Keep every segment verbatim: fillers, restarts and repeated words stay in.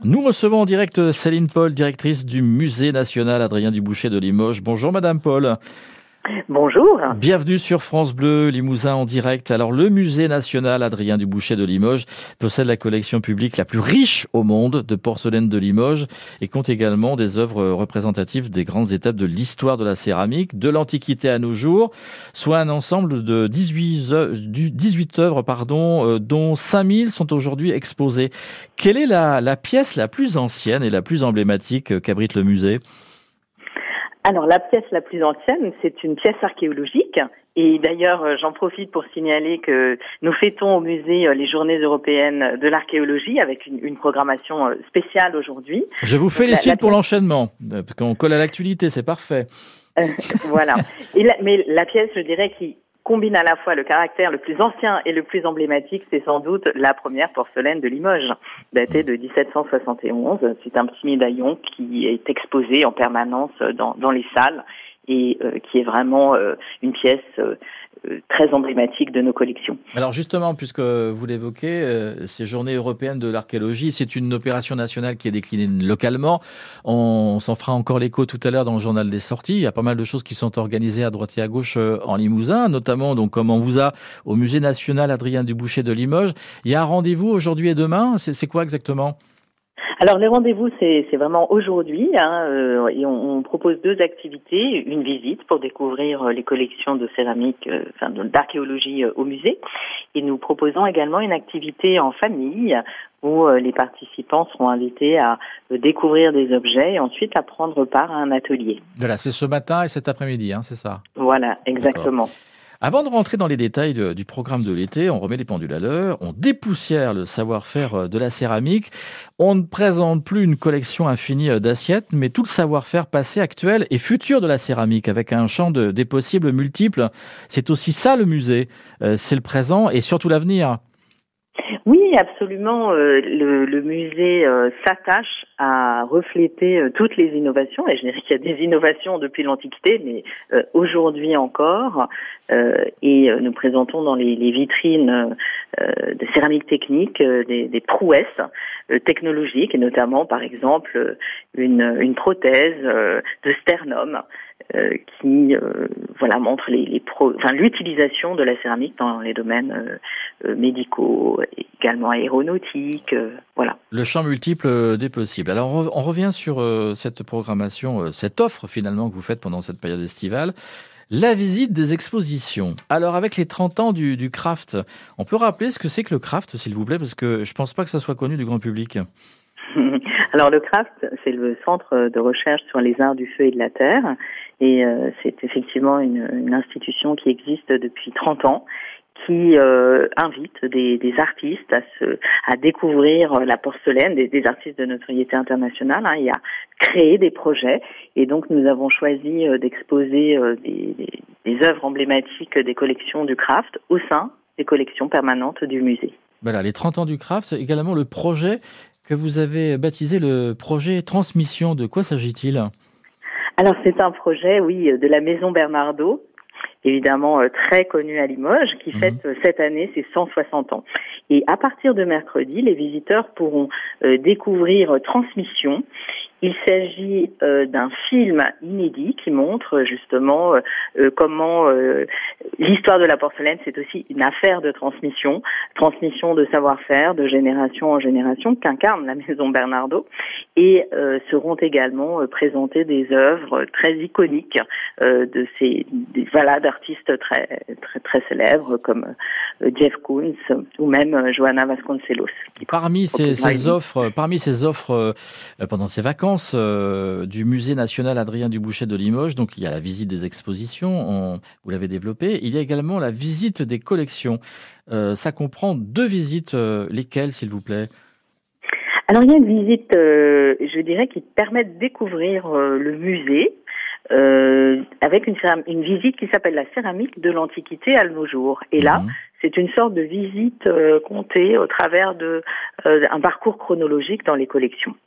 Nous recevons en direct Céline Paul, directrice du Musée national Adrien Dubouchet de Limoges. Bonjour Madame Paul. Bonjour. Bienvenue sur France Bleu Limousin en direct. Alors le Musée national Adrien Dubouchet de Limoges possède la collection publique la plus riche au monde de porcelaine de Limoges et compte également des œuvres représentatives des grandes étapes de l'histoire de la céramique, de l'Antiquité à nos jours, soit un ensemble de dix-huit œuvres, dix-huit œuvres pardon, dont cinq mille sont aujourd'hui exposées. Quelle est la, la pièce la plus ancienne et la plus emblématique qu'abrite le musée ? Alors, la pièce la plus ancienne, c'est une pièce archéologique. Et d'ailleurs, j'en profite pour signaler que nous fêtons au musée les Journées européennes de l'archéologie avec une, une programmation spéciale aujourd'hui. Je vous félicite la, la pour pièce... l'enchaînement, parce qu'on colle à l'actualité, c'est parfait. Euh, voilà. Et la, mais la pièce, je dirais, qui combine à la fois le caractère le plus ancien et le plus emblématique, c'est sans doute la première porcelaine de Limoges, datée de dix-sept cent soixante et onze. C'est un petit médaillon qui est exposé en permanence dans, dans les salles et euh, qui est vraiment euh, une pièce euh, très emblématique de nos collections. Alors justement, puisque vous l'évoquez, euh, ces Journées européennes de l'archéologie, c'est une opération nationale qui est déclinée localement. On s'en fera encore l'écho tout à l'heure dans le journal des sorties. Il y a pas mal de choses qui sont organisées à droite et à gauche euh, en Limousin, notamment donc comme on vous a au Musée national Adrien Dubouchet de Limoges. Il y a un rendez-vous aujourd'hui et demain. C'est, c'est quoi exactement ? Alors les rendez-vous, c'est, c'est vraiment aujourd'hui, hein, euh, et on, on propose deux activités, une visite pour découvrir les collections de céramique, euh, enfin d'archéologie euh, au musée, et nous proposons également une activité en famille où euh, les participants seront invités à euh, découvrir des objets et ensuite à prendre part à un atelier. Voilà, c'est ce matin et cet après-midi, hein, c'est ça ? Voilà, exactement. D'accord. Avant de rentrer dans les détails de, du programme de l'été, on remet les pendules à l'heure, on dépoussière le savoir-faire de la céramique. On ne présente plus une collection infinie d'assiettes, mais tout le savoir-faire passé, actuel et futur de la céramique, avec un champ de, des possibles multiples. C'est aussi ça le musée, euh, c'est le présent et surtout l'avenir. Oui, absolument. Euh, le, le musée euh, s'attache à refléter euh, toutes les innovations, et je dirais qu'il y a des innovations depuis l'Antiquité, mais euh, aujourd'hui encore, euh, et euh, nous présentons dans les, les vitrines euh, de céramique technique euh, des, des prouesses euh, technologiques, et notamment, par exemple, une, une prothèse euh, de sternum euh, qui euh, voilà montre les, les pro, enfin l'utilisation de la céramique dans les domaines euh, euh, médicaux, également aéronautique, euh, voilà. Le champ multiple des possibles. Alors on revient sur euh, cette programmation, euh, cette offre finalement que vous faites pendant cette période estivale, la visite des expositions. Alors avec les trente ans du, du craft, on peut rappeler ce que c'est que le craft, s'il vous plaît, parce que je pense pas que ça soit connu du grand public. Alors le craft, c'est le centre de recherche sur les arts du feu et de la terre, et euh, c'est effectivement une, une institution qui existe depuis trente ans, qui euh, invite des, des artistes à se à découvrir la porcelaine, des, des artistes de notoriété internationale, hein, et à créer des projets. Et donc nous avons choisi euh, d'exposer euh, des, des, des œuvres emblématiques des collections du craft au sein des collections permanentes du musée. Voilà, les trente ans du craft, également le projet que vous avez baptisé le projet Transmission. De quoi s'agit-il ? Alors c'est un projet, oui, de la Maison Bernardaud, évidemment euh, très connu à Limoges, qui mmh. fête euh, cette année ses cent soixante ans. Et à partir de mercredi, les visiteurs pourront euh, découvrir euh, Transmission. Il s'agit euh, d'un film inédit qui montre justement euh, euh, comment euh, l'histoire de la porcelaine, c'est aussi une affaire de transmission, transmission de savoir-faire de génération en génération qu'incarne la Maison Bernardaud. Et euh, seront également euh, présentées des œuvres très iconiques euh, de ces des, voilà, d'artistes très très très célèbres comme euh, Jeff Koons ou même euh, Johanna Vasconcelos. Parmi ces, ces offres, parmi ces offres euh, pendant ces vacances euh, du Musée national Adrien Dubouchet de Limoges, donc il y a la visite des expositions, on, vous l'avez développé. Il y a également la visite des collections. Euh, ça comprend deux visites, euh, lesquelles, s'il vous plaît ? Alors il y a une visite, euh, je dirais, qui permet de découvrir euh, le musée euh, avec une, une visite qui s'appelle la céramique de l'Antiquité à nos jours. Et là, mmh. c'est une sorte de visite euh, comptée au travers de euh, un parcours chronologique dans les collections.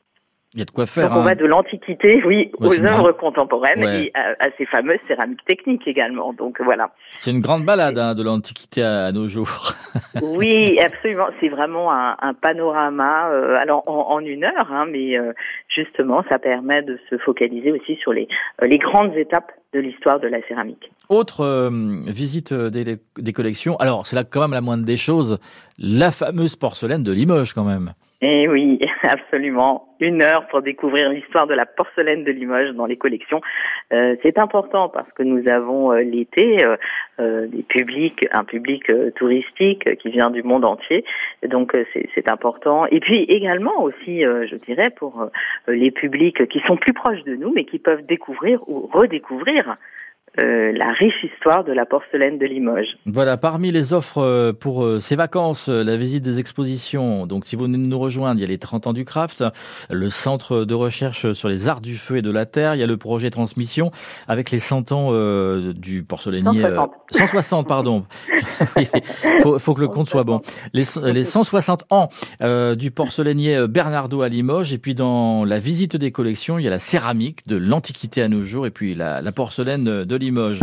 Il y a de quoi faire. Donc on hein. va de l'Antiquité, oui, Ouais, aux œuvres grande... contemporaines ouais. et à, à ces fameuses céramiques techniques également. Donc voilà. C'est une grande balade hein, de l'Antiquité à, à nos jours. Oui, absolument. C'est vraiment un, un panorama, euh, alors en, en une heure, hein, mais euh, justement, ça permet de se focaliser aussi sur les, euh, les grandes étapes de l'histoire de la céramique. Autre euh, visite des, des collections, alors c'est là quand même la moindre des choses, la fameuse porcelaine de Limoges quand même. Eh oui, absolument. Une heure pour découvrir l'histoire de la porcelaine de Limoges dans les collections. Euh, c'est important parce que nous avons euh, l'été euh, euh, des publics, un public euh, touristique euh, qui vient du monde entier. Donc euh, c'est, c'est important. Et puis également aussi, euh, je dirais, pour euh, les publics qui sont plus proches de nous, mais qui peuvent découvrir ou redécouvrir Euh, la riche histoire de la porcelaine de Limoges. Voilà, parmi les offres pour ces vacances, la visite des expositions. Donc, si vous venez de nous rejoindre, il y a les trente ans du craft, le centre de recherche sur les arts du feu et de la terre. Il y a le projet Transmission avec les cent ans euh, du porcelainier. cent soixante. Euh, cent soixante, pardon. Il faut, faut que le compte soit bon. Les, les cent soixante ans euh, du porcelainier Bernardaud à Limoges. Et puis, dans la visite des collections, il y a la céramique de l'Antiquité à nos jours et puis la, la porcelaine de Limoges.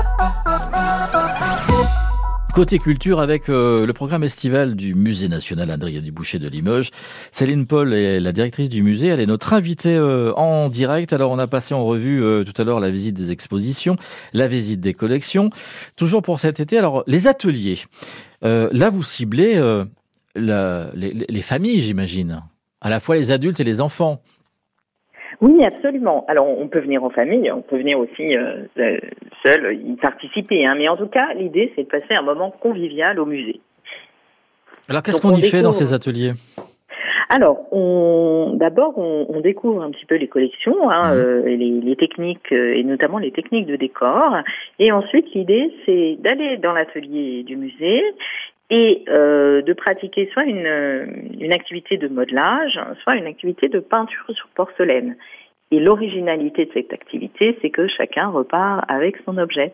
Côté culture avec euh, le programme estival du Musée national Adrien Dubouché de Limoges. Céline Paul est la directrice du musée, elle est notre invitée euh, en direct. Alors on a passé en revue euh, tout à l'heure la visite des expositions, la visite des collections. Toujours pour cet été, alors les ateliers. Euh, là vous ciblez euh, la, les, les familles, j'imagine. À la fois les adultes et les enfants. Oui, absolument. Alors, on peut venir en famille, on peut venir aussi euh, seul, y participer. Hein. Mais en tout cas, l'idée, c'est de passer un moment convivial au musée. Alors, qu'est-ce Donc, qu'on on y découvre... fait dans ces ateliers ? Alors, on, d'abord, on, on découvre un petit peu les collections, hein, mmh. euh, les, les techniques, euh, et notamment les techniques de décor. Et ensuite, l'idée, c'est d'aller dans l'atelier du musée et euh, de pratiquer soit une, une activité de modelage, soit une activité de peinture sur porcelaine. Et l'originalité de cette activité, c'est que chacun repart avec son objet.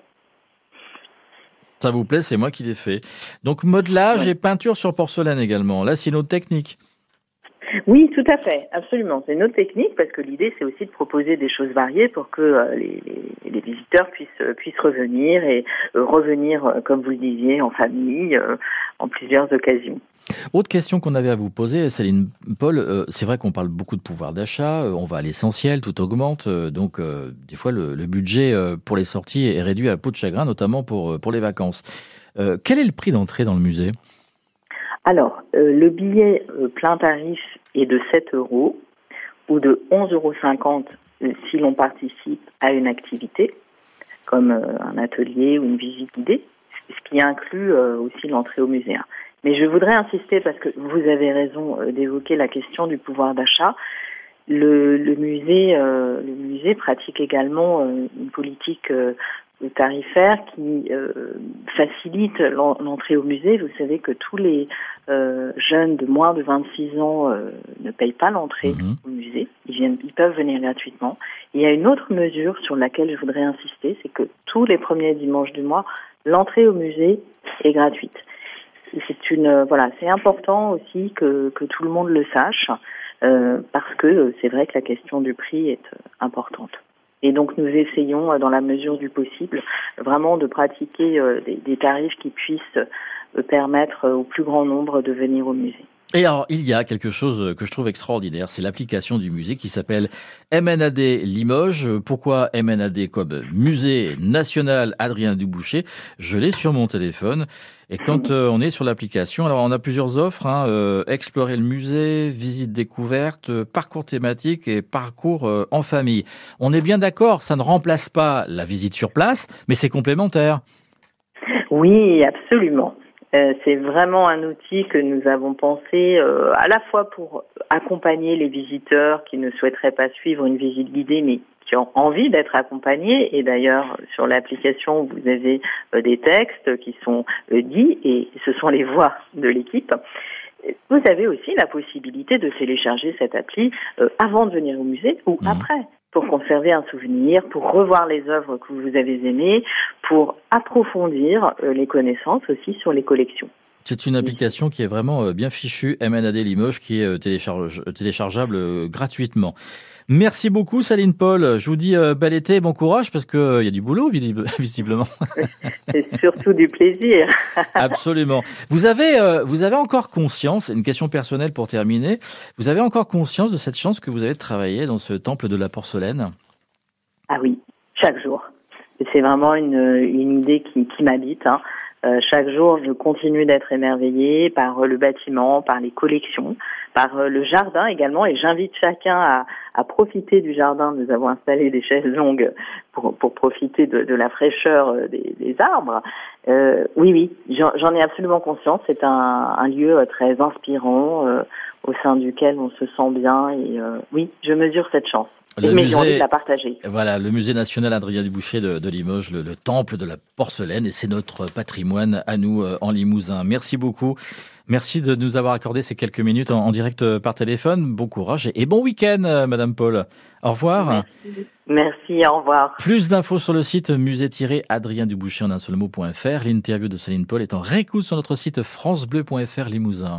Ça vous plaît, c'est moi qui l'ai fait. Donc modelage ouais. et peinture sur porcelaine également. Là, c'est une autre technique. Oui, tout à fait, absolument. C'est une autre technique parce que l'idée, c'est aussi de proposer des choses variées pour que euh, les, les, les visiteurs puissent, euh, puissent revenir et euh, revenir, euh, comme vous le disiez, en famille, euh, en plusieurs occasions. Autre question qu'on avait à vous poser, Céline Paul, euh, c'est vrai qu'on parle beaucoup de pouvoir d'achat, euh, on va à l'essentiel, tout augmente, euh, donc euh, des fois le, le budget euh, pour les sorties est réduit à peau de chagrin, notamment pour, pour les vacances. Euh, quel est le prix d'entrée dans le musée ? Alors, euh, le billet euh, plein tarif est de sept euros ou de onze euros cinquante euh, si l'on participe à une activité, comme euh, un atelier ou une visite guidée, ce qui inclut euh, aussi l'entrée au musée. Mais je voudrais insister, parce que vous avez raison euh, d'évoquer la question du pouvoir d'achat. Le, le, musée, euh, le musée pratique également euh, une politique euh, tarifaire qui euh, facilite l'entrée au musée. Vous savez que tous les euh, jeunes de moins de vingt-six ans euh, ne payent pas l'entrée mmh. au musée. Ils, viennent, ils peuvent venir gratuitement. Et il y a une autre mesure sur laquelle je voudrais insister, c'est que tous les premiers dimanches du mois, l'entrée au musée est gratuite. C'est une voilà, c'est important aussi que, que tout le monde le sache euh, parce que c'est vrai que la question du prix est importante. Et donc nous essayons, dans la mesure du possible, vraiment de pratiquer euh, des, des tarifs qui puissent euh, permettre au plus grand nombre de venir au musée. Et alors, il y a quelque chose que je trouve extraordinaire, c'est l'application du musée qui s'appelle M N A D Limoges. Pourquoi M N A D comme Musée National Adrien Dubouché ? Je l'ai sur mon téléphone. Et quand euh, on est sur l'application, alors on a plusieurs offres, hein, euh, explorer le musée, visite découverte, euh, parcours thématique et parcours euh, en famille. On est bien d'accord, ça ne remplace pas la visite sur place, mais c'est complémentaire. Oui, absolument. Euh, c'est vraiment un outil que nous avons pensé euh, à la fois pour accompagner les visiteurs qui ne souhaiteraient pas suivre une visite guidée, mais qui ont envie d'être accompagnés. Et d'ailleurs, sur l'application, vous avez euh, des textes qui sont euh, dits et ce sont les voix de l'équipe. Vous avez aussi la possibilité de télécharger cette appli euh, avant de venir au musée ou mmh. après, pour conserver un souvenir, pour revoir les œuvres que vous avez aimées, pour approfondir euh, les connaissances aussi sur les collections. C'est une application qui est vraiment bien fichue, M N A D Limoges, qui est télécharge, téléchargeable gratuitement. Merci beaucoup, Céline Paul. Je vous dis euh, bel été, bon courage, parce qu'il euh, y a du boulot, visiblement. C'est surtout du plaisir. Absolument. Vous avez, euh, vous avez encore conscience, une question personnelle pour terminer, vous avez encore conscience de cette chance que vous avez de travailler dans ce temple de la porcelaine? Ah oui, chaque jour. C'est vraiment une, une idée qui, qui m'habite. Hein. Euh, chaque jour, je continue d'être émerveillée par euh, le bâtiment, par les collections, par euh, le jardin également. Et j'invite chacun à, à profiter du jardin. Nous avons installé des chaises longues pour, pour profiter de, de la fraîcheur euh, des, des arbres. Euh, oui, oui, j'en, j'en ai absolument conscience. C'est un, un lieu euh, très inspirant euh, au sein duquel on se sent bien. Et euh, oui, je mesure cette chance. Le mais musée, j'ai envie de la partager. Voilà, le musée national Adrien Dubouchet de, de Limoges, le, le temple de la porcelaine, et c'est notre patrimoine à nous euh, en Limousin. Merci beaucoup. Merci de nous avoir accordé ces quelques minutes en, en direct par téléphone. Bon courage et, et bon week-end, euh, Madame Paul. Au revoir. Merci. Merci, au revoir. Plus d'infos sur le site musée tiret adrien dubouchet en un seul mot point f r. L'interview de Céline Paul est en réécoute sur notre site francebleu point f r Limousin.